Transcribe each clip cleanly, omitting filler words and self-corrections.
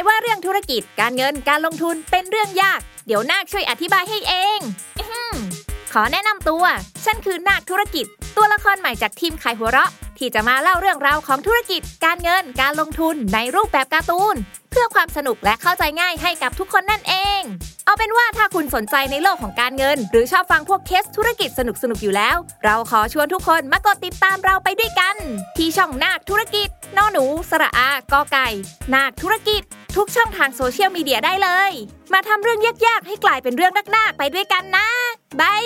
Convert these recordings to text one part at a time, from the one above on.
ว่าเรื่องธุรกิจการเงินการลงทุนเป็นเรื่องยากเดี๋ยวนาคช่วยอธิบายให้เองขอแนะนำตัวฉันคือนาคธุรกิจตัวละครใหม่จากทีมขายหัวเราะที่จะมาเล่าเรื่องราวของธุรกิจการเงินการลงทุนในรูปแบบการ์ตูนเพื่อความสนุกและเข้าใจง่ายให้กับทุกคนนั่นเองเอาเป็นว่าถ้าคุณสนใจในโลกของการเงินหรือชอบฟังพวกเคสธุรกิจสนุกอยู่แล้วเราขอชวนทุกคนมากดติดตามเราไปด้วยกันที่ช่องนาคธุรกิจนอหนูสระอากอไก่นาคธุรกิจทุกช่องทางโซเชียลมีเดียได้เลยมาทำเรื่องยากๆให้กลายเป็นเรื่องน่าๆไปด้วยกันนะบาย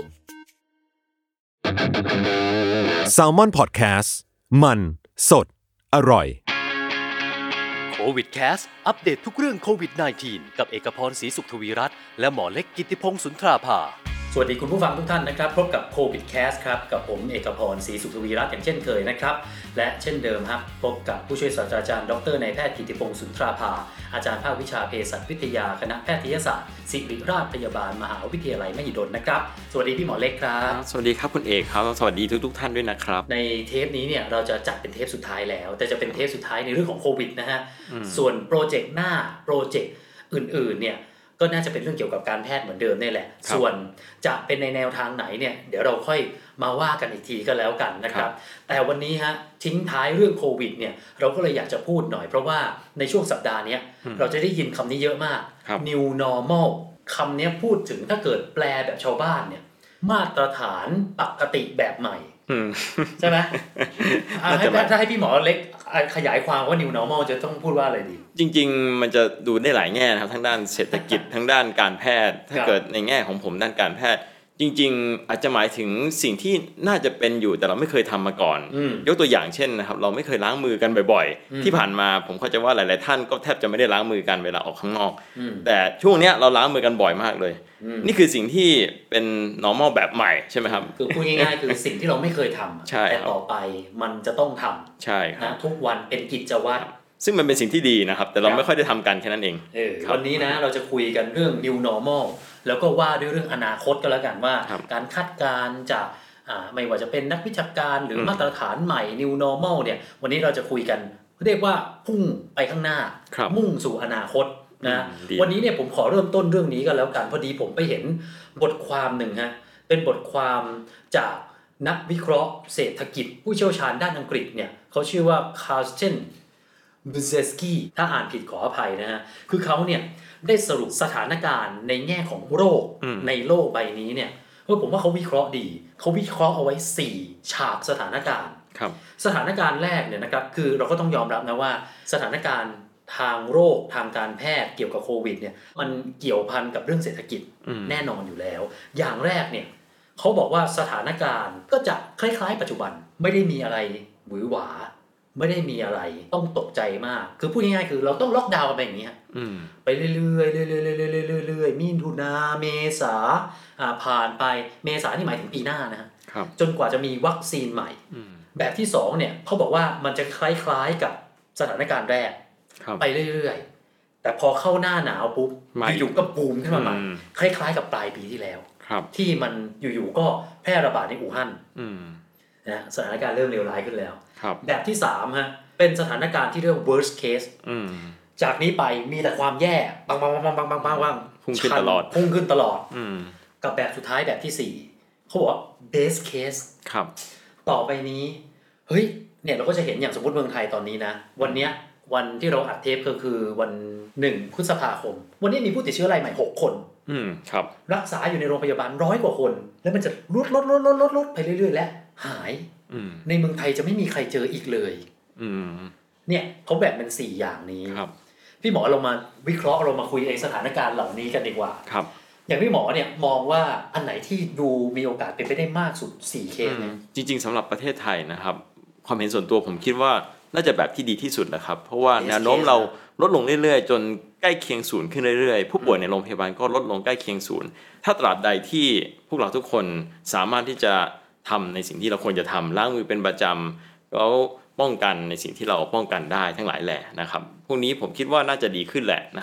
Salmon Podcast มันสดอร่อยโควิดแคสอัปเดตทุกเรื่องโควิด -19 กับเอกพรศรีสุขทวีรัตน์และหมอเล็กกิตติพงษ์สุนทราภาสวัสดีคุณผู้ฟังทุกท่านนะครับพบกับโควิดแคสครับกับผมเอกพรศรีสุขทวีรัตน์อย่างเช่นเคยนะครับและเช่นเดิมครับพบกับผู้ช่วยศาสตราจารย์ดร.นายแพทย์กิตติพงษ์สุนทราภาอาจารย์ภาควิชาเภสัชวิทยาคณะแพทยศาสตร์ศิริราชพยาบาลมหาวิทยาลัยมหิดลนะครับสวัสดีพี่หมอเล็กครับสวัสดีครับคุณเอกครับสวัสดีทุกท่านด้วยนะครับในเทปนี้เนี่ยเราจะจัดเป็นเทปสุดท้ายแล้วแต่จะเป็นเทปสุดท้ายในเรื่องของโควิดนะฮะส่วนโปรเจกต์หน้าโปรเจกต์อื่นๆเนี่ยก็น่าจะเป็นเรื่องเกี่ยวกับการแพทย์เหมือนเดิมนี่แหละส่วนจะเป็นในแนวทางไหนเนี่ยเดี๋ยวเราค่อยมาว่ากันอีกทีก็แล้วกันนะครับแต่วันนี้ฮะทิ้งท้ายเรื่องโควิดเนี่ยเราก็เลยอยากจะพูดหน่อยเพราะว่าในช่วงสัปดาห์นี้เราจะได้ยินคำนี้เยอะมาก New Normal คำนี้พูดถึงถ้าเกิดแปลแบบชาวบ้านเนี่ยมาตรฐานปกติแบบใหม่ใช่ไหมถ้าให้พี่หมอเล็กขยายความว่า New Normal จะต้องพูดว่าอะไรดีจริงๆมันจะดูได้หลายแง่นะครับทั้งด้านเศรษฐกิจทั้งด้านการแพทย์ถ้าเกิดในแง่ของผมด้านการแพทย์จริงๆอาจจะหมายถึงสิ่งที่น่าจะเป็นอยู่แต่เราไม่เคยทำมาก่อนยกตัวอย่างเช่นนะครับเราไม่เคยล้างมือกันบ่อยๆที่ผ่านมาผมเข้าใจว่าหลายๆท่านก็แทบจะไม่ได้ล้างมือกันเวลาออกข้างนอกแต่ช่วงนี้เราล้างมือกันบ่อยมากเลยนี่คือสิ่งที่เป็น normal แบบใหม่ใช่ไหมครับคือพูดง่ายๆคือสิ่งที่เราไม่เคยทำแต่ต่อไปมันจะต้องทำใช่ครับทุกวันเป็นกิจวัตรซึ่งมันเป็นสิ่งที่ดีนะครับแต่เราไม่ค่อยได้ทำกันแค่นั้นเองวันนี้นะเราจะคุยกันเรื่อง New Normal แล้วก็ว่าด้วยเรื่องอนาคตก็แล้วกันว่าการคาดการณ์จากไม่ว่าจะเป็นนักวิชาการหรือมาตรฐานใหม่ New Normal เนี่ยวันนี้เราจะคุยกันเรียกว่าพุ่งไปข้างหน้ามุ่งสู่อนาคตนะวันนี้เนี่ยผมขอเริ่มต้นเรื่องนี้กันแล้วกันพอดีผมไปเห็นบทความหนึ่งฮะเป็นบทความจากนักวิเคราะห์เศรษฐกิจผู้เชี่ยวชาญด้านอังกฤษเนี่ยเขาชื่อว่าคาร์สเทนบูเซสกี้ถ้าอ่านผิดขออภัยนะฮะคือเขาเนี่ยได้สรุปสถานการณ์ในแง่ของโรคในโลกใบนี้เนี่ยผมว่าเขาวิเคราะห์ดีเขาวิเคราะห์เอาไว้4ฉากสถานการณ์สถานการณ์แรกเนี่ยนะครับคือเราก็ต้องยอมรับนะว่าสถานการณ์ทางโรคทางการแพทย์เกี่ยวกับโควิดเนี่ยมันเกี่ยวพันกับเรื่องเศรษฐกิจแน่นอนอยู่แล้วอย่างแรกเนี่ยเขาบอกว่าสถานการณ์ก็จะคล้ายๆปัจจุบันไม่ได้มีอะไรหวือหวาไม่ได้มีอะไรต้องตกใจมากคือพูดง่ายๆคือเราต้องล็อกดาวน์กันไปอย่างนี้ไปเรื่อยๆเรื่อยๆมีถุนาเมษาผ่านไปเมษานี่หมายถึงปีหน้านะฮะจนกว่าจะมีวัคซีนใหม่แบบที่2เนี่ยเขาบอกว่ามันจะคล้ายๆกับสถานการณ์แรกไปเรื่อยๆแต่พอเข้าหน้าหนาวปุ๊บอยู่ๆก็บูมขึ้นมาใหม่คล้ายๆกับปลายปีที่แล้วที่มันอยู่ๆก็แพร่ระบาดในอู่ฮั่นนะสถานการณ์เริ่มเลวร้ายขึ้นแล้วแบบที่3ฮะเป็นสถานการณ์ที่เรียกว่า worst case จากนี้ไปมีแต่ความแย่ปังพุ่งขึ้นตลอดกับแบบสุดท้ายแบบที่4เขาบอกว่า best case ต่อไปนี้เฮ้ยเนี่ยเราก็จะเห็นอย่างสมมติเมืองไทยตอนนี้นะวันที่เราอัดเทปก็คือวัน1พฤษภาคมวันนี้มีผู้ติดเชื้อรายใหม่6คนรักษาอยู่ในโรงพยาบาล100กว่าคนแล้วมันจะลดไปเรื่อยๆและหายในเมืองไทยจะไม่มีใครเจออีกเลยเนี่ยเขาแบ่งเป็น4อย่างนี้พี่หมอเรามาวิเคราะห์เรามาคุยในสถานการณ์เหล่านี้กันดีกว่าอย่างพี่หมอเนี่ยมองว่าอันไหนที่ดูมีโอกาสเป็นไปได้มากสุด4เคสเนี่ยจริงๆสำหรับประเทศไทยนะครับความเห็นส่วนตัวผมคิดว่าน่าจะแบบที่ดีที่สุดแหละครับเพราะว่าแนวโน้มเราลดลงเรื่อยๆจนใกล้เคียงศูนย์ขึ้นเรื่อยๆผู้ป่วยในโรงพยาบาลก็ลดลงใกล้เคียงศูนย์ถ้าตราบใดที่พวกเราทุกคนสามารถที่จะทำในสิ่งที่เราควรจะทำล้างมือเป็นประจำแล้วป้องกันในสิ่งที่เราป้องกันได้ทั้งหลายแหละนะครับพวกนี้ผมคิดว่าน่าจะดีขึ้นแหละนะครับ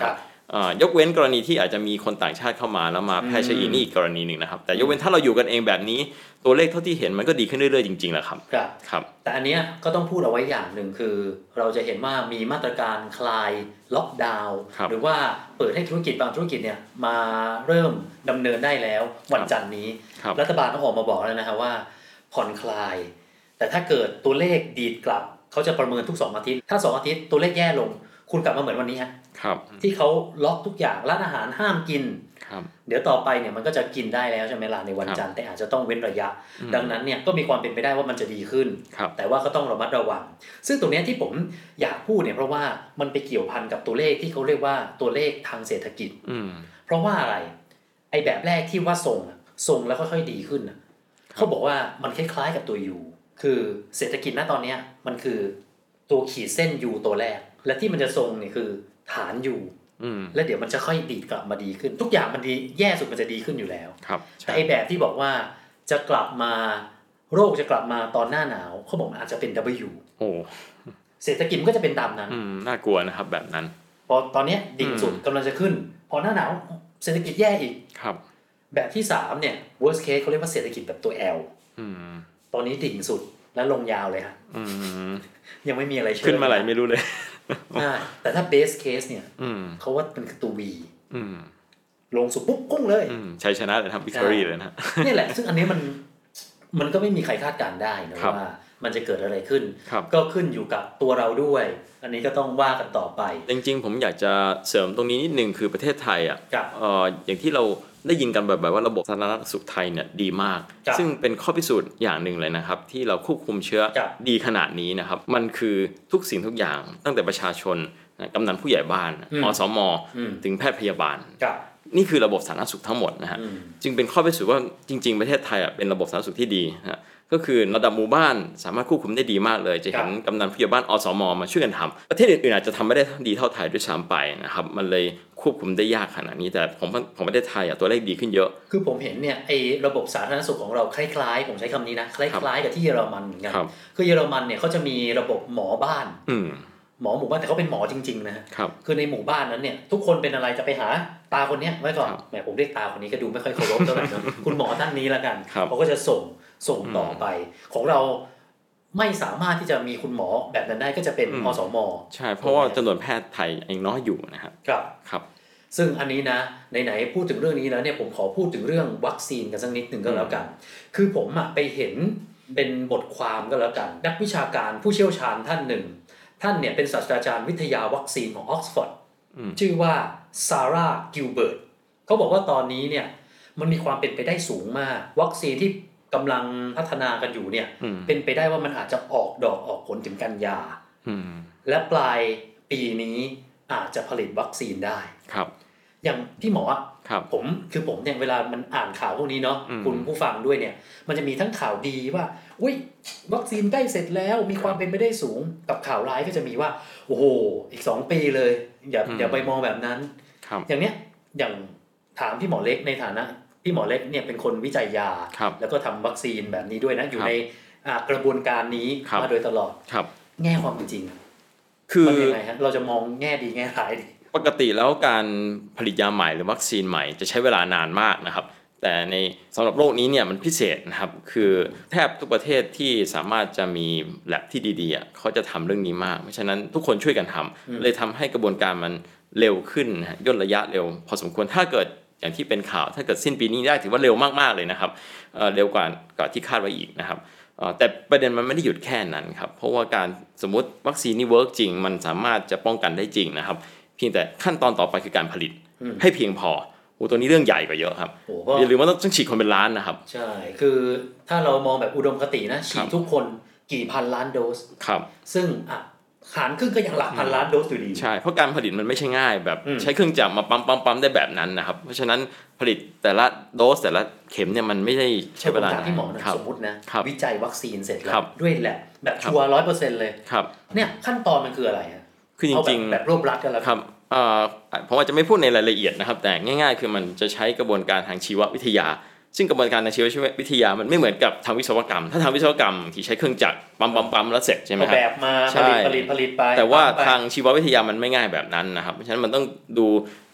ยกเว้นกรณีที่อาจจะมีคนต่างชาติเข้ามาแล้วมาแพร่เชื้อนี่อีกกรณีหนึ่งนะครับแต่ยกเว้นถ้าเราอยู่กันเองแบบนี้ตัวเลขเท่าที่เห็นมันก็ดีขึ้นเรื่อยๆจริงๆแหละครับครับแต่อันเนี้ยก็ต้องพูดเอาไว้อย่างหนึ่งคือเราจะเห็นว่ามีมาตรการคลายล็อกดาวน์หรือว่าเปิดให้ธุรกิจบางธุรกิจเนี่ยมาเริ่มดำเนินได้แล้ววันจันทร์นี้รัฐบาลเขาออกมาบอกแล้วนะครับว่าผ่อนคลายแต่ถ้าเกิดตัวเลขดีดกลับเขาจะประเมินทุก2อาทิตย์ถ้า2อาทิตย์ตัวเลขแย่ลงคุณกลับมาเหมือนวันนี้ฮะที่เขาล็อกทุกอย่างร้านอาหารห้ามกินเดี๋ยวต่อไปเนี่ยมันก็จะกินได้แล้วใช่ไหมล่ะในวันจันทร์แต่อาจจะต้องเว้นระยะดังนั้นเนี่ยก็มีความเป็นไปได้ว่ามันจะดีขึ้นแต่ว่าก็ต้องระมัดระวังซึ่งตรงนี้ที่ผมอยากพูดเนี่ยเพราะว่ามันไปเกี่ยวพันกับตัวเลขที่เขาเรียกว่าตัวเลขทางเศรษฐกิจเพราะว่าอะไรไอ้แบบแรกที่ว่าทรงแล้วค่อยๆดีขึ้นเขาบอกว่ามันคล้ายๆกับตัว U คือเศรษฐกิจณตอนนี้มันคือตัวขีดเส้น U ตัวแรกและที่มันจะทรงเนี่ยคือฐาน Uแล้วเดี๋ยวมันจะค่อยดีดกลับมาดีขึ้นทุกอย่างมันดีแย่สุดมันจะดีขึ้นอยู่แล้วแต่ไอ้แบบที่บอกว่าจะกลับมาโรคจะกลับมาตอนหน้าหนาวเขาบอกมันอาจจะเป็น W เศรษฐกิจก็จะเป็นตามนั้นน่ากลัวนะครับแบบนั้นพอตอนนี้ดิ่งสุดกำลังจะขึ้นพอหน้าหนาวเศรษฐกิจแย่อีกแบบที่3เนี่ย worst case เขาเรียกว่าเศรษฐกิจแบบตัว L ตอนนี้ดิ่งสุดแล้วลงยาวเลยฮะยังไม่มีอะไรขึ้นมาไหลไม่รู้เลยแต่ถ้า base case เนี่ยเขาว่ามันคือตัว V ลงสุดปุ๊บกุ้งเลยชัยชนะเลยครับ victory เลยนะนี่แหละซึ่งอันนี้มันก็ไม่มีใครคาดการณ์ได้นะว่ามันจะเกิดอะไรขึ้นก็ขึ้นอยู่กับตัวเราด้วยอันนี้ก็ต้องว่ากันต่อไปจริงๆผมอยากจะเสริมตรงนี้นิดนึงคือประเทศไทยอย่างที่เราได้ยินกันบ่อยๆว่าระบบสาธารณสุขไทยเนี่ยดีมากซึ่งเป็นข้อพิสูจน์อย่างหนึ่งเลยนะครับที่เราควบคุมเชื้อดีขนาดนี้นะครับมันคือทุกสิ่งทุกอย่างตั้งแต่ประชาชนกำนันผู้ใหญ่บ้านอสม.ถึงแพทย์พยาบาลนี่คือระบบสาธารณสุขทั้งหมดนะฮะจึงเป็นข้อพิสูจน์ว่าจริงๆประเทศไทยเป็นระบบสาธารณสุขที่ดีนะก็คือระดับหมู่บ้านสามารถควบคุมได้ดีมากเลยจะเห็นกำนันผู้ใหญ่บ้านอสม.มาช่วยกันทำประเทศอื่นๆอาจจะทำไม่ได้ดีเท่าไทยด้วยซ้ำไปนะครับมันเลยควบคุมได้ยากขนาดนี้แต่ของประเทศไทยตัวเลขดีขึ้นเยอะคือผมเห็นเนี่ยไอ้ระบบสาธารณสุขของเราคล้ายๆผมใช้คำนี้นะคล้ายๆกับที่เยอรมันเหมือนกันคือเยอรมันเนี่ยเขาจะมีระบบหมอบ้านหมอหมู่บ้านแต่เขาเป็นหมอจริงๆนะคือในหมู่บ้านนั้นเนี่ยทุกคนเป็นอะไรจะไปหาตาคนนี้ไว้ก่อนแหมผมเรียกตาคนนี้ก็ดูไม่ค่อยเคารพเท่าไหร่นะคุณหมอท่านนี้ละกันเขาก็จะส่งต่อไปของเราไม่สามารถที่จะมีคุณหมอแบบนั้นได้ก็จะเป็นอสม. ใช่เพราะว่าจำนวนแพทย์ไทยยังน้อยอยู่นะครับครับซึ่งอันนี้นะไหนๆพูดถึงเรื่องนี้แล้วเนี่ยผมขอพูดถึงเรื่องวัคซีนกันสักนิดนึงก็แล้วกันคือผมไปเห็นเป็นบทความก็แล้วกันนักวิชาการผู้เชี่ยวชาญท่านหนึ่งท่านเนี่ยเป็นศาสตราจารย์วิทยาวัคซีนของออกซฟอร์ดชื่อว่าซาร่ากิลเบิร์ตเขาบอกว่าตอนนี้เนี่ยมันมีความเป็นไปได้สูงมากวัคซีนที่กำลังพัฒนากันอยู่เนี่ยเป็นไปได้ว่ามันอาจจะออกดอกออกผลถึงกันยาและปลายปีนี้อาจจะผลิตวัคซีนได้ครับอย่างพี่หมอผมเนี่ยเวลามันอ่านข่าวพวกนี้เนาะคุณผู้ฟังด้วยเนี่ยมันจะมีทั้งข่าวดีว่าอุ้ยวัคซีนใกล้เสร็จแล้วมีความเป็นไปได้สูงกับข่าวร้ายก็จะมีว่าโอ้โหอีก2ปีเลยอย่าไปมองแบบนั้นอย่างเนี้ยอย่างถามพี่หมอเล็กในฐานะพี่หมอเล็กเนี่ยเป็นคนวิจัยยาแล้วก็ทำวัคซีนแบบนี้ด้วยนะอยู่ในกระบวนการนี้มาโดยตลอดแง่ความจริงคือยังไงฮะเราจะมองแง่ดีแง่ร้ายดีปกติแล้วการผลิตยาใหม่หรือวัคซีนใหม่จะใช้เวลานานมากนะครับแต่ในสำหรับโรคนี้เนี่ยมันพิเศษนะครับคือแทบทุกประเทศที่สามารถจะมีแลบที่ดีๆเขาจะทำเรื่องนี้มากเพราะฉะนั้นทุกคนช่วยกันทำเลยทำให้กระบวนการมันเร็วขึ้นย่นระยะเร็วพอสมควรถ้าเกิดอย่างที่เป็นข่าวถ้าเกิดสิ้นปีนี้ได้ถือว่าเร็วมากๆเลยนะครับเร็วกว่าที่คาดไว้อีกนะครับแต่ประเด็นมันไม่ได้หยุดแค่นั้นครับเพราะว่าการสมมติวัคซีนนี่เวิร์กจริงมันสามารถจะป้องกันได้จริงนะครับเพียงแต่ขั้นตอนต่อไปคือการผลิตให้เพียงพอตัวนี้เรื่องใหญ่กว่าเยอะครับอย่าลืมว่าต้องฉีดคนเป็นล้านนะครับใช่คือถ้าเรามองแบบอุดมคตินะฉีดทุกคนกี่พันล้านโดสครับซึ่งหารครึ่งก็ยังหลักพันล้านโดสอยู่ดีใช่เพราะการผลิตมันไม่ใช่ง่ายแบบใช้เครื่องจักรมาปั๊มได้แบบนั้นนะครับเพราะฉะนั้นผลิตแต่ละโดสแต่ละเข็มเนี่ยมันไม่ได้ใช้เวลานานที่หมอสมมตินะวิจัยวัคซีนเสร็จแล้วด้วยแหละแบบชัวร์ 100% เลยเนี่ยขั้นตอนมันคืออะไรคือจริงๆแบบรวบรัดกันแล้วครับผมอาจจะไม่พูดในรายละเอียดนะครับแต่ง่ายๆคือมันจะใช้กระบวนการทางชีววิทยาซึ่งกระบวนการทางชีววิทยามันไม่เหมือนกับทางวิศวกรรมถ้าทางวิศวกรรมที่ใช้เครื่องจักรปั๊มแล้วเสร็จใช่ไหมครับแบบมาผลิตไปแต่ว่าทางชีววิทยามันไม่ง่ายแบบนั้นนะครับเพราะฉะนั้นมันต้องดู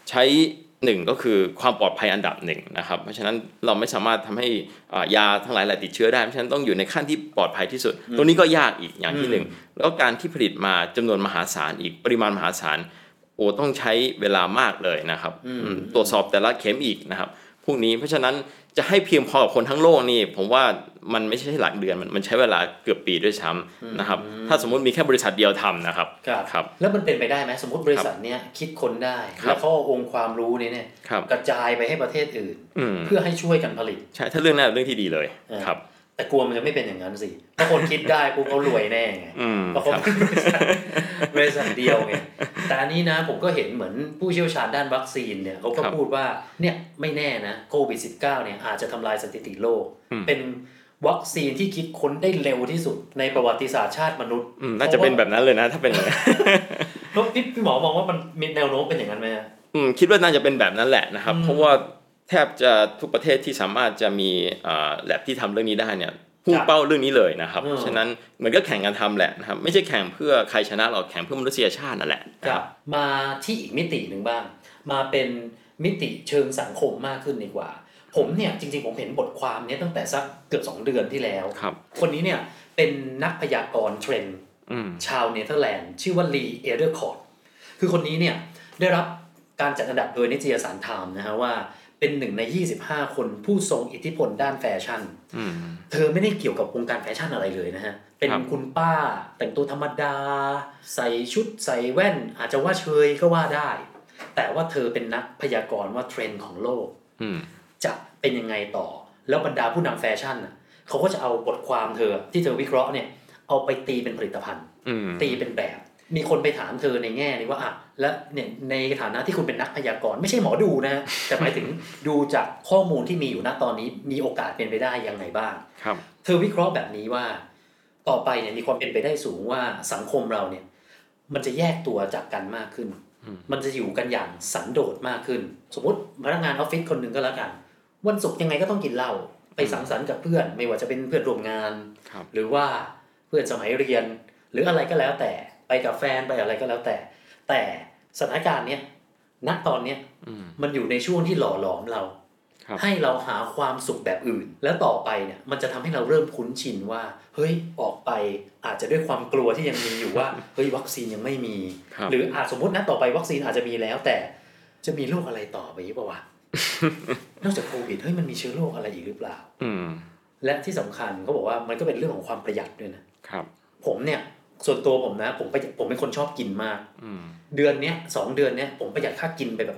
ใช้หนึ่งก็คือความปลอดภัยอันดับหนึ่งนะครับเพราะฉะนั้นเราไม่สามารถทำให้ยาทั้งหลายแหละติดเชื้อได้เพราะฉะนั้นต้องอยู่ในขั้นที่ปลอดภัยที่สุดตรงนี้ก็ยากอีกอย่างที่หนึ่งแล้วการที่ผลิตมาจำนวนมหาศาลอีกปริมาณมหาศาลต้องใช้เวลามากเลยนะครับตรวจสอบแต่ละเข็มอีกนะครับพวกนี้เพราะฉะนั้นจะให้เพียงพอกับคนทั้งโลกนี่ผมว่ามันไม่ใช่หลักเดือนมันใช้เวลาเกือบปีด้วยซ้ำนะครับถ้าสมมุติมีแค่บริษัทเดียวทำนะครับครับแล้วมันเป็นไปได้ไหมสมมติบริษัทเนี้ยคิดค้นได้แล้วเขาเอาองค์ความรู้นี้เนี่ยกระจายไปให้ประเทศอื่นเพื่อให้ช่วยกันผลิตใช่ถ้าเรื่องนั้นเรื่องที่ดีเลยครับแต่กลัวมันจะไม่เป็นอย่างนั้นสิถ้าคนคิดได้ปุ๊บเขารวยแน่ไงเพราะเขาเป็นบริษัทเดียวไงแต่อันนี้นะผมก็เห็นเหมือนผู้เชี่ยวชาญด้านวัคซีนเนี่ยเขาก็พูดว่าเนี่ยไม่แน่นะโควิด -19 เนี่ยอาจจะทำลายสถิติโลกเป็นวัคซีนที่คิดค้นได้เร็วที่สุดในประวัติศาสตร์ชาติมนุษย์น่าจะเป็นแบบนั้นเลยนะถ้าเป็นอย่างนั้นแล้วพี่หมอมองว่ามันมีแนวโน้มเป็นอย่างนั้นไหมคิดว่าน่าจะเป็นแบบนั้นแหละนะครับเพราะว่าแทบจะทุกประเทศที่สามารถจะมีแลบที่ทำเรื่องนี้ได้เนี่ยพุ่งเป้าเรื่องนี้เลยนะครับฉะนั้นเหมือนก็แข่งกันทำแหละนะครับไม่ใช่แข่งเพื่อใครชนะหรอกแข่งเพื่อมนุษยชาตินั่นแหละครับมาที่อีกมิติหนึ่งบ้างมาเป็นมิติเชิงสังคมมากขึ้นดีกว่าผมเนี่ยจริงๆผมเห็นบทความนี้ตั้งแต่สักเกือบ2 เดือนที่แล้วคนนี้เนี่ยเป็นนักพยากรณ์เทรนด์ชาวเนเธอร์แลนด์ชื่อว่าลีเอเดอร์คอร์ดคือคนนี้เนี่ยได้รับการจัดอันดับโดยนิตยสารไทม์นะฮะว่าเป็น1 ใน 25 คนผู้ทรงอิทธิพลด้านแฟชั่นเธอไม่ได้เกี่ยวกับวงการแฟชั่นอะไรเลยนะฮะเป็นคุณป้าแต่งตัวธรรมดาใส่ชุดใส่แว่นอาจจะว่าเชยก็ว่าได้แต่ว่าเธอเป็นนักพยากรณ์ว่าเทรนด์ของโลกจะเป็นยังไงต่อแล้วบรรดาผู้นำแฟชั่นเขาก็จะเอาบทความเธอที่เธอวิเคราะห์เนี่ยเอาไปตีเป็นผลิตภัณฑ์ตีเป็นแบบมีคนไปถามเธอในแง่นี้ว่าและเนี่ยในฐานะที่คุณเป็นนักพยากรณ์ไม่ใช่หมอดูนะแต่หมายถึงดูจากข้อมูลที่มีอยู่ณตอนนี้มีโอกาสเป็นไปได้ยังไงบ้างเธอวิเคราะห์แบบนี้ว่าต่อไปเนี่ยมีความเป็นไปได้สูงว่าสังคมเราเนี่ยมันจะแยกตัวจากกันมากขึ้นมันจะอยู่กันอย่างสันโดษมากขึ้นสมมติพนักงานออฟฟิศคนหนึ่งก็แล้วกันวันศุกร์ยังไงก็ต้องกินเหล้าไปสังสรรค์กับเพื่อนไม่ว่าจะเป็นเพื่อนร่วมงานหรือว่าเพื่อนสมัยเรียนหรืออะไรก็แล้วแต่ไปกับแฟนไปอะไรก็แล้วแต่สถานการณ์เนี้ยณตอนเนี้ยมันอยู่ในช่วงที่หล่อหลอมเราให้เราหาความสุขแบบอื่นแล้วต่อไปเนี่ยมันจะทำให้เราเริ่มคุ้นชินว่าเฮ้ยออกไปอาจจะด้วยความกลัวที่ยังมีอยู่ว่าเฮ้ยวัคซีนยังไม่มีหรือสมมตินะต่อไปวัคซีนอาจจะมีแล้วแต่จะมีโรคอะไรต่อไปอีกป่าววะ นอกจากโควิดเฮ้ยมันมีเชื้อโรคอะไรอีกหรือเปล่าและที่สำคัญเขาบอกว่ามันก็เป็นเรื่องของความประหยัดด้วยนะครับผมเนี่ยส่วนตัวผมนะผมเป็นคนชอบกินมากเดือนเนี้ย2 เดือนเนี้ยผมประหยัดค่ากินไปแบบ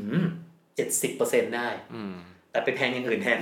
70% ได้แต่ไปแพงอย่างอื่นแทน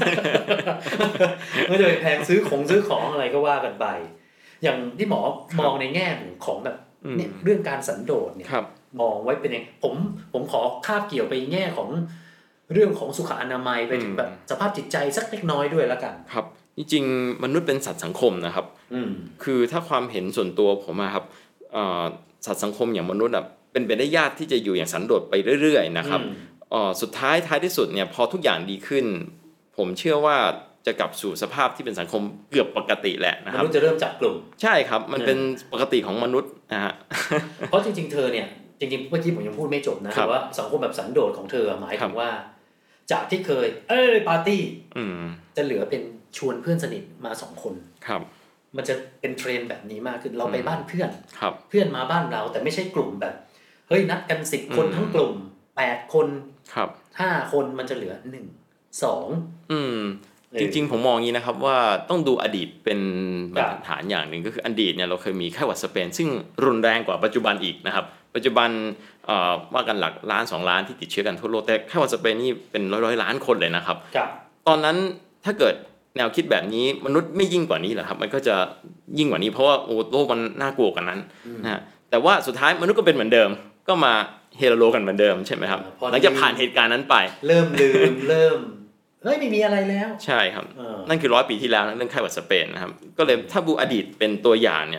ไม่ได้ไปแพงซื้อของอะไรก็ว่ากันไปอย่างที่หมอมองในแง่ของแบบเนี่ยเรื่องการสันโดษเนี่ยมองไว้เป็นยังผมขอคาบเกี่ยวไปแง่ของเรื่องของสุขอนามัยไปถึงแบบสภาพจิตใจสักเล็กน้อยด้วยแล้วกันครับจริงๆมนุษย์เป็นสัตว์สังคมนะครับคือถ้าความเห็นส่วนตัวผมครับสัตว์สังคมอย่างมนุษย์เป็นไปได้ยากที่จะอยู่อย่างสันโดษไปเรื่อยๆนะครับสุดท้ายที่สุดเนี่ยพอทุกอย่างดีขึ้นผมเชื่อว่าจะกลับสู่สภาพที่เป็นสังคมเกือบปกติแหละนะครับมนุษย์จะเริ่มจับกลุ่มใช่ครับมันเป็นปกติของมนุษย์นะฮะเพราะจริงๆเธอเนี่ยจริงๆเมื่อกี้ผมยังพูดไม่จบนะว่าสังคมแบบสันโดษของเธอหมายถึงว่าจากที่เคยปาร์ตี้จะเหลือเป็นชวนเพื่อนสนิทมา2 คนมันจะเป็นเทรนด์แบบนี้มากขึ้นเราไปบ้านเพื่อนเพื่อนมาบ้านเราแต่ไม่ใช่กลุ่มแบบเฮ้ยนัดกัน10 คนทั้งกลุ่ม8 คน5 คนมันจะเหลือ1 2 จริงๆผมมองอย่างนี้นะครับว่าต้องดูอดีตเป็นบรรทัดฐานอย่างหนึ่งก็คืออดีตเนี่ยเราเคยมีไข้หวัดสเปนซึ่งรุนแรงกว่าปัจจุบันอีกนะครับปัจจุบันว่ากันหลักล้าน2 ล้านที่ติดเชื้อกันทั่วโลกแต่ไข้หวัดสเปนนี่เป็นร้อยล้านคนเลยนะครับตอนนั้นถ้าเกิดแนวคิดแบบนี้มนุษย์ไม่ยิ่งกว่านี้เหรอครับมันก็จะยิ่งกว่านี้เพราะว่าโลกมันน่ากลัวกว่านั้นนะแต่ว่าสุดท้ายมนุษย์ก็เป็นเหมือนเดิมก็มาเฮโลกันเหมือนเดิมใช่ไหมครับหลังจากผ่านเหตุการณ์นั้นไปเริ่มลืมเริ่มเฮ้ยไม่มีอะไรแล้วใช่ครับนั่นคือ100 ปีที่แล้วเรื่องไข้หวัดสเปนนะครับก็เลยถ้าดูอดีตเป็นตัวอย่างเนี่ย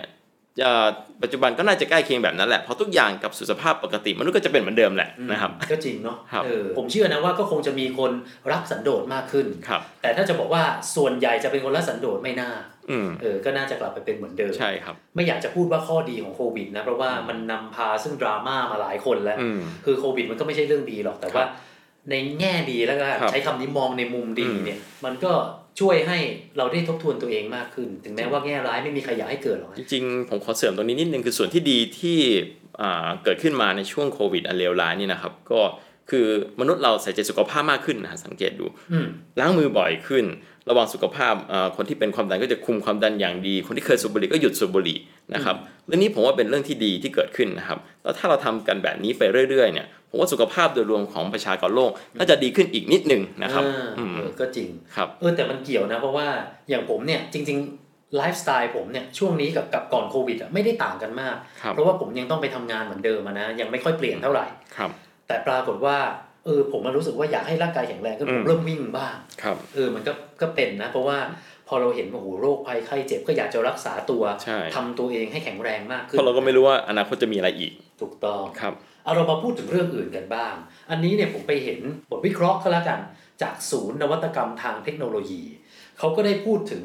ปัจจุบันก็น่าจะใกล้เคียงแบบนั้นแหละเพราะทุกอย่างกับสุขภาพปกติมนุษย์ก็จะเป็นเหมือนเดิมแหละนะครับก็จริงเนาะครับผมเชื่อนะว่าก็คงจะมีคนรักสันโดษมากขึ้นแต่ถ้าจะบอกว่าส่วนใหญ่จะเป็นคนรักสันโดษไม่น่าก็น่าจะกลับไปเป็นเหมือนเดิมใช่ครับไม่อยากจะพูดว่าข้อดีของโควิดนะเพราะว่ามันนำพาซึ่งดราม่ามาหลายคนแล้วคือโควิดมันก็ไม่ใช่เรื่องดีหรอกแต่ว่าในแง่ดีแล้วก็ใช้คำนี้มองในมุมดีเนี่ยมันก็ช่วยให้เราได้ทบทวนตัวเองมากขึ้นถึงแม้ว่าแง่ร้ายไม่มีใครอยากให้เกิดหรอกจริงๆผมขอเสริมตรงนี้นิดนึงคือส่วนที่ดีที่เกิดขึ้นมาในช่วงโควิดอันเลวร้ายนี่นะครับก็คือมนุษย์เราใส่ใจสุขภาพมากขึ้นนะสังเกตดูล้างมือบ่อยขึ้นระวังสุขภาพคนที่เป็นความดันก็จะคุมความดันอย่างดีคนที่เคยสูบบุหรี่ก็หยุดสูบบุหรี่นะครับเรื่องนี้ผมว่าเป็นเรื่องที่ดีที่เกิดขึ้นนะครับแล้วถ้าเราทำกันแบบนี้ไปเรื่อยๆเนี่ยผมว่าสุขภาพโดยรวมของประชากรโลกน่าจะดีขึ้นอีกนิดนึงนะครับก็จริงครับแต่มันเกี่ยวนะเพราะว่าอย่างผมเนี่ยจริงๆไลฟ์สไตล์ผมเนี่ยช่วงนี้กับก่อนโควิดไม่ได้ต่างกันมากเพราะว่าผมยังต้องไปทำงานเหมือนเดิมนะยังไม่ค่อยเปลี่ยนเท่าไหร่แต่ปรากฏว่าผมรู้สึกว่าอยากให้ร่างกายแข็งแรงก็ผมเริ่มวิ่งบ้างมันก็เป็นนะเพราะว่าพอเราเห็นว่าโอ้โหโรคภัยไข้เจ็บก็อยากจะรักษาตัวทำตัวเองให้แข็งแรงมากขึ้นเพราะเราก็ไม่รู้ว่าอนาคตจะมีอะไรอีกถูกต้องครับเอาเรามาพูดถึงเรื่องอื่นกันบ้างอันนี้เนี่ยผมไปเห็นบทวิเคราะห์ก็แล้วกันจากศูนย์นวัตกรรมทางเทคโนโลยีเขาก็ได้พูดถึง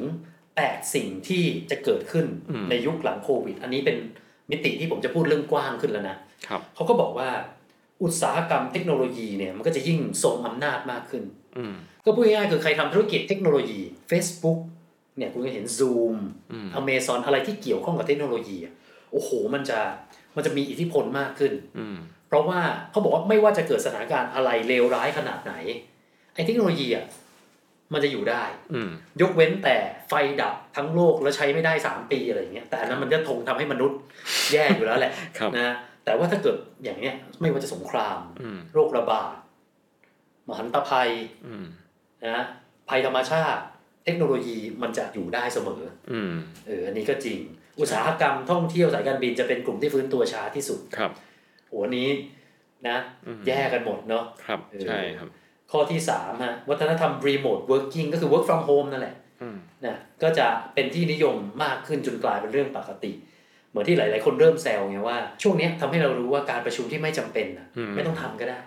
8สิ่งที่จะเกิดขึ้นในยุคหลังโควิดอันนี้เป็นมิติที่ผมจะพูดเรื่องกว้างขึ้นแล้วนะเขาก็บอกว่าอุตสาหกรรมเทคโนโลยีเนี่ยมันก็จะยิ่งทรงอำนาจมากขึ้นก็พูดง่ายๆคือใครทำธุรกิจเทคโนโลยี Facebook เนี่ยคุณก็เห็น Zoom Amazon อะไรที่เกี่ยวข้องกับเทคโนโลยีโอ้โหมันจะมีอิทธิพลมากขึ้นเพราะว่าเขาบอกว่าไม่ว่าจะเกิดสถานการณ์อะไรเลวร้ายขนาดไหนไอ้เทคโนโลยีมันจะอยู่ได้ยกเว้นแต่ไฟดับทั้งโลกแล้วใช้ไม่ได้3ปีอะไรอย่างเงี้ยแต่อันนั้นมันจะทำให้มนุษย์แย่อยู่แล้วแหละนะแต่ว่าถ้าเกิดอย่างเนี้ยไม่ว่าจะสงครามโรคระบาดมหันตภัยนะภัยธรรมชาติเทคโนโลยีมันจะอยู่ได้เสมออันนี้ก็จริงอุตสาหกรรมท่องเที่ยวสายการบินจะเป็นกลุ่มที่ฟื้นตัวช้าที่สุดครับโอ้นี้นะแย่กันหมดเนาะครับใช่ครับข้อที่3ฮะวัฒนธรรม remote working ก็คือ work from home นั่นแหละนะก็จะเป็นที่นิยมมากขึ้นจนกลายเป็นเรื่องปกติเหมือนที่หลายๆคนเริ่มแซวไงว่าช่วงนี้ทำให้เรารู้ว่าการประชุมที่ไม่จำเป็นไม่ต้องทำก็ได้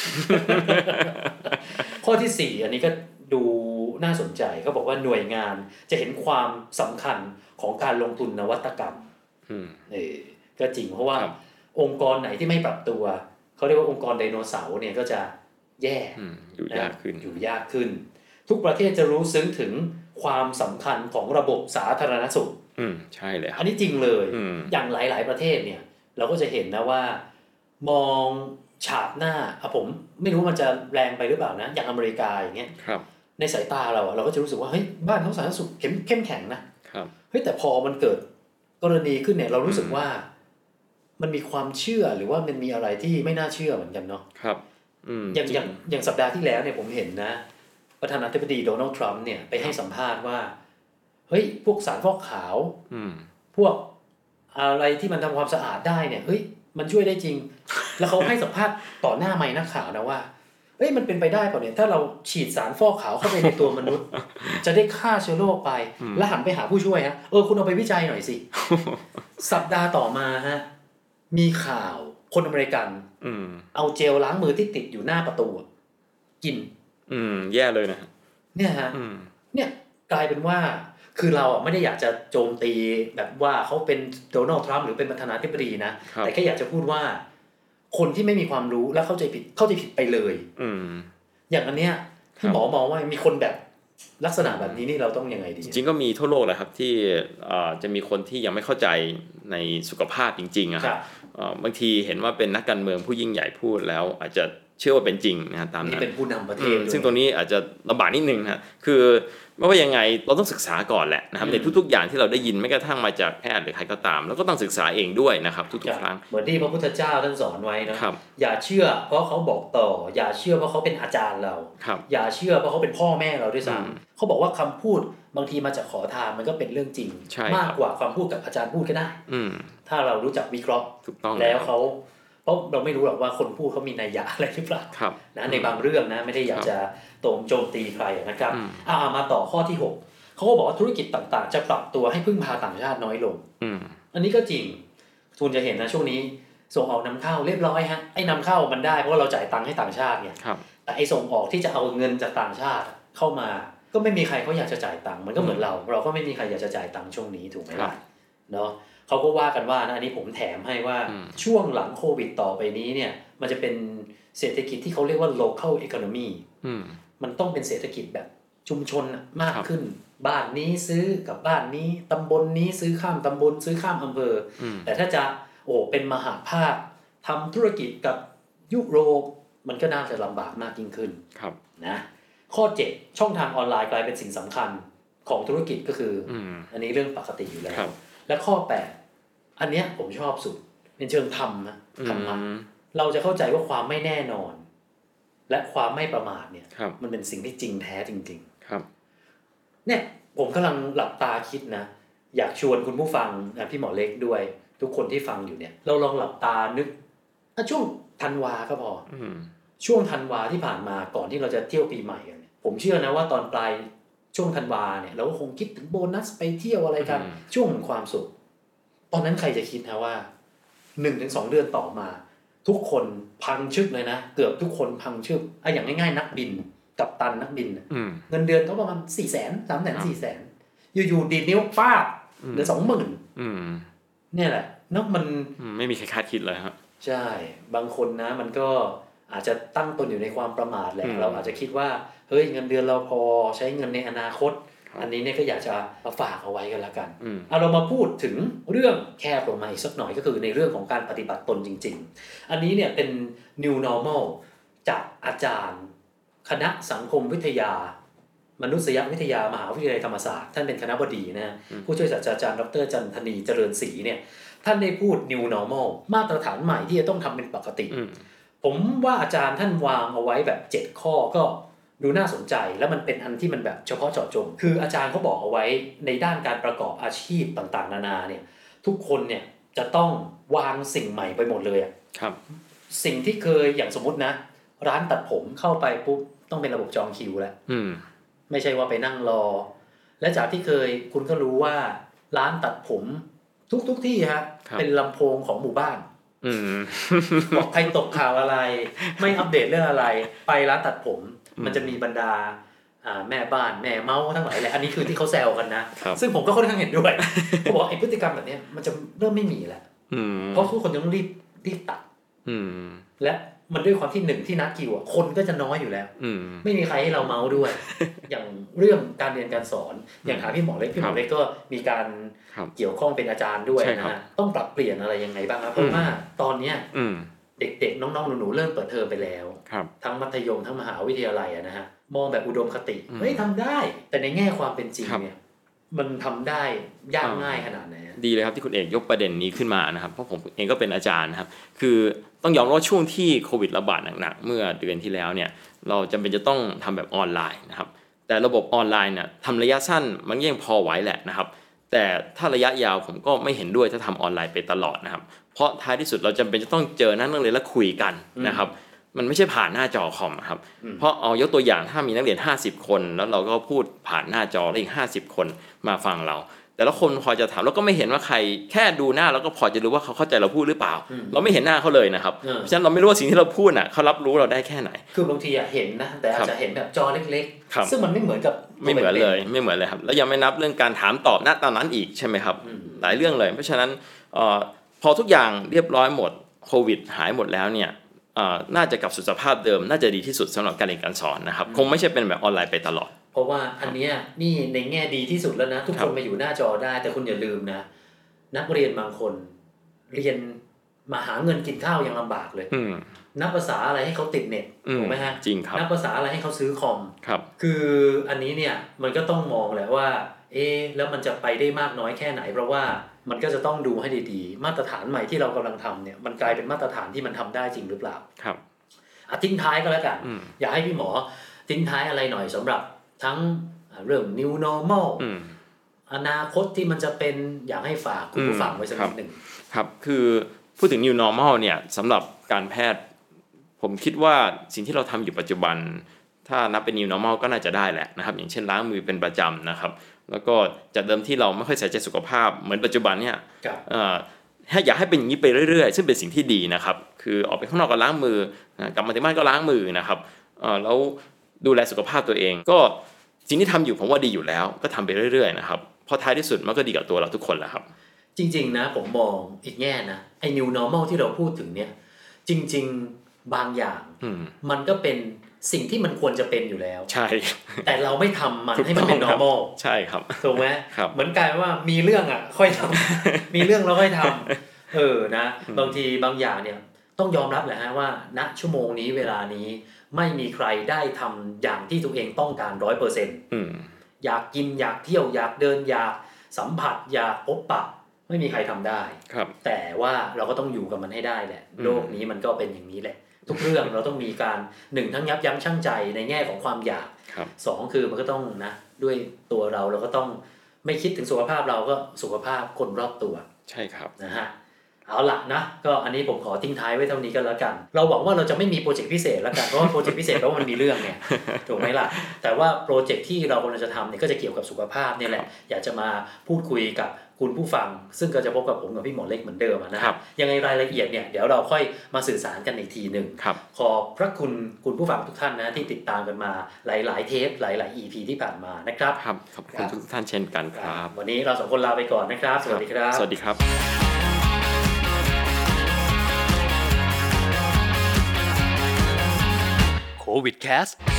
ข้อที่4อันนี้ก็ดูน่าสนใจเขาบอกว่าหน่วยงานจะเห็นความสำคัญของการลงทุนนวัตกรรมก็จริงเพราะว่าองค์กรไหนที่ไม่ปรับตัวเขาเรียกว่าองค์กรไดโนเสาร์เนี่ยก็จะแย่อยู่ยากขึ้นทุกประเทศจะรู้ซึ้งถึงความสำคัญของระบบสาธารณสุขใช่เลยครับอันนี้จริงเลยอย่างหลายๆประเทศเนี่ยเราก็จะเห็นนะว่ามองฉาบหน้าผมไม่รู้มันจะแรงไปหรือเปล่านะอย่างอเมริกาอย่างเงี้ยในสายตาเราก็จะรู้สึกว่าเฮ้ยบ้านเขาสาธารณสุขเข้มแข็งนะเฮ้ยแต่พอมันเกิดกรณีขึ้นเนี่ยเรารู้สึกว่ามันมีความเชื่อหรือว่ามันมีอะไรที่ไม่น่าเชื่อเหมือนกันเนาะครับอย่างสัปดาห์ที่แล้วเนี่ยผมเห็นนะประธานาธิบดีโดนัลด์ทรัมป์เนี่ยไปให้สัมภาษณ์ว่าเฮ้ยพวกสารฟอกขาวพวกอะไรที่มันทำความสะอาดได้เนี่ยเฮ้ยมันช่วยได้จริงแล้วเขาให้สัมภาษณ์ต่อหน้าไมค์นักข่าวนะว่าเฮ้ยมันเป็นไปได้เปล่าเนี่ยถ้าเราฉีดสารฟอกขาวเข้าไปในตัวมนุษย์จะได้ฆ่าเชื้อโรคไปแล้วหันไปหาผู้ช่วยฮะคุณเอาไปวิจัยหน่อยสิ สัปดาห์ต่อมาฮะมีข่าวคนอเมริกันเอาเจลล้างมือที่ติดอยู่หน้าประตูกินแย่เลยนะเนี่ยฮะเนี่ยกลายเป็นว่าคือเราไม่ได้อยากจะโจมตีแบบว่าเขาเป็นโดนัลด์ทรัมป์หรือเป็นประธานาธิบดีนะแต่แค่อยากจะพูดว่าคนที่ไม่มีความรู้และเข้าใจผิดไปเลยอย่างอันเนี้ยที่หมอมองว่ามีคนแบบลักษณะแบบนี้นี่เราต้องยังไงดีจริงก็มีทั่วโลกแหละครับที่จะมีคนที่ยังไม่เข้าใจในสุขภาพจริงๆครับบางทีเห็นว่าเป็นนักการเมืองผู้ยิ่งใหญ่พูดแล้วอาจจะเชื่อว่าเป็นจริงนะตามนั้นเป็นผู้นำประเทศซึ่งตรงนี้อาจจะลำบากนิดนึงนะคือไม่ว่ายังไงเราต้องศึกษาก่อนแหละนะครับในทุกๆอย่างที่เราได้ยินไม่กระทั่งมาจากแพทย์หรือใครก็ตามแล้วก็ต้องศึกษาเองด้วยนะครับทุกๆครั้งเหมือนที่พระพุทธเจ้าท่านสอนไว้นะอย่าเชื่อเพราะเขาบอกต่ออย่าเชื่อเพราะเขาเป็นอาจารย์เราอย่าเชื่อเพราะเขาเป็นพ่อแม่เราด้วยซ้ำเขาบอกว่าคำพูดบางทีมาจากขอทานมันก็เป็นเรื่องจริงมากกว่าความพูดกับอาจารย์พูดก็ได้ถ้าเรารู้จักวิเคราะห์แล้วเขาเพราะเราไม่รู้หรอกว่าคนพูดเขามีนัยยะอะไรหรือเปล่านะในบางเรื่องนะไม่ได้อยากจะโจมตีใครนะครับมาต่อข้อที่6เขาก็บอกว่าธุรกิจต่างๆจะปรับตัวให้พึ่งพาต่างชาติน้อยลงอันนี้ก็จริงคุณจะเห็นนะช่วงนี้ส่งออกนำเข้าเรียบร้อยฮะไอ้นำเข้ามันได้เพราะว่าเราจ่ายตังค์ให้ต่างชาติเนี่ยแต่ไอ้ส่งออกที่จะเอาเงินจากต่างชาติเข้ามาก็ไม่มีใครเขาอยากจะจ่ายตังค์มันก็เหมือนเราก็ไม่มีใครอยากจะจ่ายตังค์ช่วงนี้ถูกไหมล่ะเนาะเขาก็ว่ากันว่านะอันนี้ผมแถมให้ว่าช่วงหลังโควิดต่อไปนี้เนี่ยมันจะเป็นเศรษฐกิจที่เขาเรียกว่า local economy มันต้องเป็นเศรษฐกิจแบบชุมชนมากขึ้นบ้านนี้ซื้อกับบ้านนี้ตำบลนี้ซื้อข้ามตำบลซื้อข้ามอำเภอแต่ถ้าจะเป็นมหาภาคทำธุรกิจกับยุโรปมันก็น่าจะลำบากมากยิ่งขึ้นนะข้อ7ช่องทางออนไลน์กลายเป็นสิ่งสำคัญของธุรกิจก็คืออันนี้เรื่องปกติอยู่แล้วและข้อ8อันเนี้ยผมชอบสุดเป็นเชิงธรรมะเราจะเข้าใจว่าความไม่แน่นอนและความไม่ประมาทเนี่ยมันเป็นสิ่งที่จริงแท้จริงๆเนี่ยผมกำลังหลับตาคิดนะอยากชวนคุณผู้ฟังพี่หมอเล็กด้วยทุกคนที่ฟังอยู่เนี่ยเราลองหลับตานึกช่วงธันวาก็พอช่วงธันวาที่ผ่านมาก่อนที่เราจะเที่ยวปีใหม่กันผมเชื่อนะว่าตอนปลายช่วงธันวาเนี่ยเราก็คงคิดถึงโบนัสไปเที่ยวอะไรกันช่วงความสุขตอนนั้นใครจะคิดนะว่า 1-2 เดือนต่อมาทุกคนพังชึกเลยนะเกือบทุกคนพังชึกอย่างง่ายๆนักบินกัปตันนักบินเงินเดือนเขาประมาณ 400,000 300,000 400,000อยู่ๆดีดนิ้วป้าบเหลือ 20,000เนี่ยแหละเนาะมันไม่มีใครคาดคิดเลยครับใช่บางคนนะมันก็อาจจะตั้งตนอยู่ในความประมาทแหละเราอาจจะคิดว่าเฮ้ยเงินเดือนเราพอใช้เงินในอนาคตอันนี้เนี่ยก็อยากจะมาฝากเอาไว้กันละกันเรามาพูดถึงเรื่องแคบลงมาอีกสักหน่อยก็คือในเรื่องของการปฏิบัติตนจริงๆอันนี้เนี่ยเป็น New Normal จากอาจารย์คณะสังคมวิทยามนุษยวิทยามหาวิทยาลัยธรรมศาสตร์ท่านเป็นคณบดีนะผู้ช่วยศาสตราจารย์ดร.จันทนีเจริญศรีเนี่ยท่านได้พูด New Normal มาตรฐานใหม่ที่จะต้องทำเป็นปกติผมว่าอาจารย์ท่านวางเอาไว้แบบ7ข้อก็ดูน่าสนใจแล้วมันเป็นอันที่มันแบบเฉพาะเจาะจงคืออาจารย์เขาบอกเอาไว้ในด้านการประกอบอาชีพต่างๆนานาเนี่ยทุกคนเนี่ยจะต้องวางสิ่งใหม่ไปหมดเลยครับสิ่งที่เคยอย่างสมมุตินะร้านตัดผมเข้าไปปุ๊บต้องเป็นระบบจองคิวแล้วไม่ใช่ว่าไปนั่งรอและจากที่เคยคุณก็รู้ว่าร้านตัดผมทุกที่ฮะเป็นลำโพงของหมู่บ้านบอกใครตกข่าวอะไรไม่อัปเดตเรื่องอะไรไปร้านตัดผมมันจะมีบรรดาแม่บ้านแม่เมาทั้งหลายแหละอันนี้คือที่เขาแซวกันนะซึ่งผมก็ค่อนข้างเห็นด้วยเขาบอกไอ้พฤติกรรมแบบนี้มันจะเริ่มไม่มีแล้วเพราะทุกคนต้องรีบตัดและมันด้วยความที่1ที่นัดคิวคนก็จะน้อยอยู่แล้วไม่มีใครให้เราเมาด้วยอย่างเรื่องการเรียนการสอนอย่างหาพี่หมอเล็กก็มีการเกี่ยวข้องเป็นอาจารย์ด้วยนะฮะต้องปรับเปลี่ยนอะไรยังไงบ้างครับเพราะว่าตอนเนี้ยเด็กๆน้องๆหนูๆเริ่มเปิดเทอมไปแล้วทั้งมัธยมทั้งมหาวิทยาลัยนะฮะมองแบบอุดมคติเฮ้ยทำได้แต่ในแง่ความเป็นจริงเนี่ยมันทำได้ยากง่ายขนาดไหนดีเลยครับที่คุณเอกยกประเด็นนี้ขึ้นมานะครับเพราะผมเองก็เป็นอาจารย์นะครับคือต้องยอมรับว่าช่วงที่โควิดระบาดหนักๆเมื่อเดือนที่แล้วเนี่ยเราจำเป็นจะต้องทำแบบออนไลน์นะครับแต่ระบบออนไลน์เนี่ยทำระยะสั้นมันยังพอไหวแหละนะครับแต่ถ้าระยะยาวผมก็ไม่เห็นด้วยถ้าทำออนไลน์ไปตลอดนะครับเพราะท้ายที่สุดเราจำเป็นจะต้องเจอนักเรียนและคุยกันนะครับมันไม่ใช่ผ่านหน้าจอคอมครับเพราะเอายกตัวอย่างถ้ามีนักเรียน50คนแล้วเราก็พูดผ่านหน้าจอแล้วอีก50คนมาฟังเราแต่ละคนพอจะถามเราก็ไม่เห็นว่าใครแค่ดูหน้าเราก็พอจะรู้ว่าเขาเข้าใจเราพูดหรือเปล่าเราไม่เห็นหน้าเขาเลยนะครับเพราะฉะนั้นเราไม่รู้ว่าสิ่งที่เราพูดน่ะเขารับรู้เราได้แค่ไหนคือบางทีเห็นนะแต่อาจจะเห็นแบบจอเล็กๆซึ่งมันไม่เหมือนกับไม่เหมือนเลยครับแล้วยังไม่นับเรื่องการถามตอบณตอนนั้นอีกใช่ไหมครับหลายเรื่องเลยเพราะฉะนั้นพอทุกอย่างเรียบร้อยหมดโควิดหายหมดแล้วเนี่ยน่าจะกลับสู่สภาพเดิมน่าจะดีที่สุดสำหรับการเรียนการสอนนะครับคงไม่ใช่เป็นแบบออนไลน์ไปตลอดเพราะว่าอันเนี้ยนี่ในแง่ดีที่สุดแล้วนะทุกคนมาอยู่หน้าจอได้แต่คุณอย่าลืมนะนักเรียนบางคนเรียนมาหาเงินกินข้าวยังลำบากเลยนับภาษาอะไรให้เขาติดเน็ตถูกไหมฮะจริงครับนับภาษาอะไรให้เขาซื้อคอมครับคืออันนี้เนี่ยมันก็ต้องมองแหละว่าแล้วมันจะไปได้มากน้อยแค่ไหนเพราะว่ามันก็จะต้องดูให้ดีๆมาตรฐานใหม่ที่เรากำลังทำเนี่ยมันกลายเป็นมาตรฐานที่มันทำได้จริงหรือเปล่าครับทิ้งท้ายก็แล้วกันอยากให้พี่หมอทิ้งท้ายอะไรหน่อยสำหรับทั้งเรื่อง New Normal อนาคตที่มันจะเป็นอยากให้ฝากคุณผู้ฟังไว้สักนิดหนึ่งครับคือพูดถึง New Normal เนี่ยสำหรับการแพทย์ผมคิดว่าสิ่งที่เราทำอยู่ปัจจุบันถ้านับเป็น New Normal ก็น่าจะได้แหละนะครับอย่างเช่นล้างมือเป็นประจำนะครับแล้วก็จากเดิมที่เราไม่ค่อยใส่ใจสุขภาพเหมือนปัจจุบันเนี่ย อยากให้เป็นอย่างนี้ไปเรื่อยๆซึ่งเป็นสิ่งที่ดีนะครับคือออกไปข้างนอกก็ล้างมือกลับมาที่บ้านก็ล้างมือนะครับแล้วดูแลสุขภาพตัวเองก็สิ่งที่ทำอยู่ผมว่าดีอยู่แล้วก็ทำไปเรื่อยๆนะครับเพราะท้ายที่สุดมันก็ดีกับตัวเราทุกคนแหละครับจริงๆนะผมมองอีกแง่นะไอ้ new normal ที่เราพูดถึงเนี่ยจริงๆบางอย่างมันก็เป็นสิ่งที่มันควรจะเป็นอยู่แล้วใช่แต่เราไม่ทำมันให้มันเป็น normal ใช่ครับถูกไหมเหมือนกลายว่ามีเรื่องค่อยทำ มีเรื่องเราค่อยทำนะบางทีบางอย่างเนี่ยต้องยอมรับแหละฮะว่าณชั่วโมงนี้เวลานี้ไม่มีใครได้ทำอย่างที่ตัวเองต้องการ 100% อยากกินอยากเที่ยวอยากเดินอยากสัมผัสอยากพบปะไม่มีใครทำได้แต่ว่าเราก็ต้องอยู่กับมันให้ได้แหละโลกนี้มันก็เป็นอย่างนี้แหละทุกเรื่องเราต้องมีการ1ทั้งยับยั้งชั่งใจในแง่ของความอยาก2คือมันก็ต้องนะด้วยตัวเราก็ต้องไม่คิดถึงสุขภาพเราก็สุขภาพคนรอบตัวใช่ครับนะฮะเอาล่ะนะก็อันนี้ผมขอทิ้งท้ายไว้เท่านี้กันแล้วกันเราหวังว่าเราจะไม่มีโปรเจกต์พิเศษแล้วกันเพราะว่าโปรเจกต์พิเศษเพราะว่ามันมีเรื่องเนี่ยถูกไหมล่ะแต่ว่าโปรเจกต์ที่เรากำลังจะทำเนี่ยก็จะเกี่ยวกับสุขภาพนี่แหละอยากจะมาพูดคุยกับคุณผู้ฟังซึ่งก็จะพบกับผมกับพี่หมอเล็กเหมือนเดิมนะครับยังไงรายละเอียดเนี่ยเดี๋ยวเราค่อยมาสื่อสารกันอีกทีนึงขอบพระคุณคุณผู้ฟังทุกท่านนะที่ติดตามกันมาหลายๆเทปหลายๆ EP ที่ผ่านมานะครับขอบคุณทุกท่านเช่นกันครับวันนี้เราสองคนลาไปก่อนนะครับสวัสดีครับสวัสดีครับโควิดแคสต์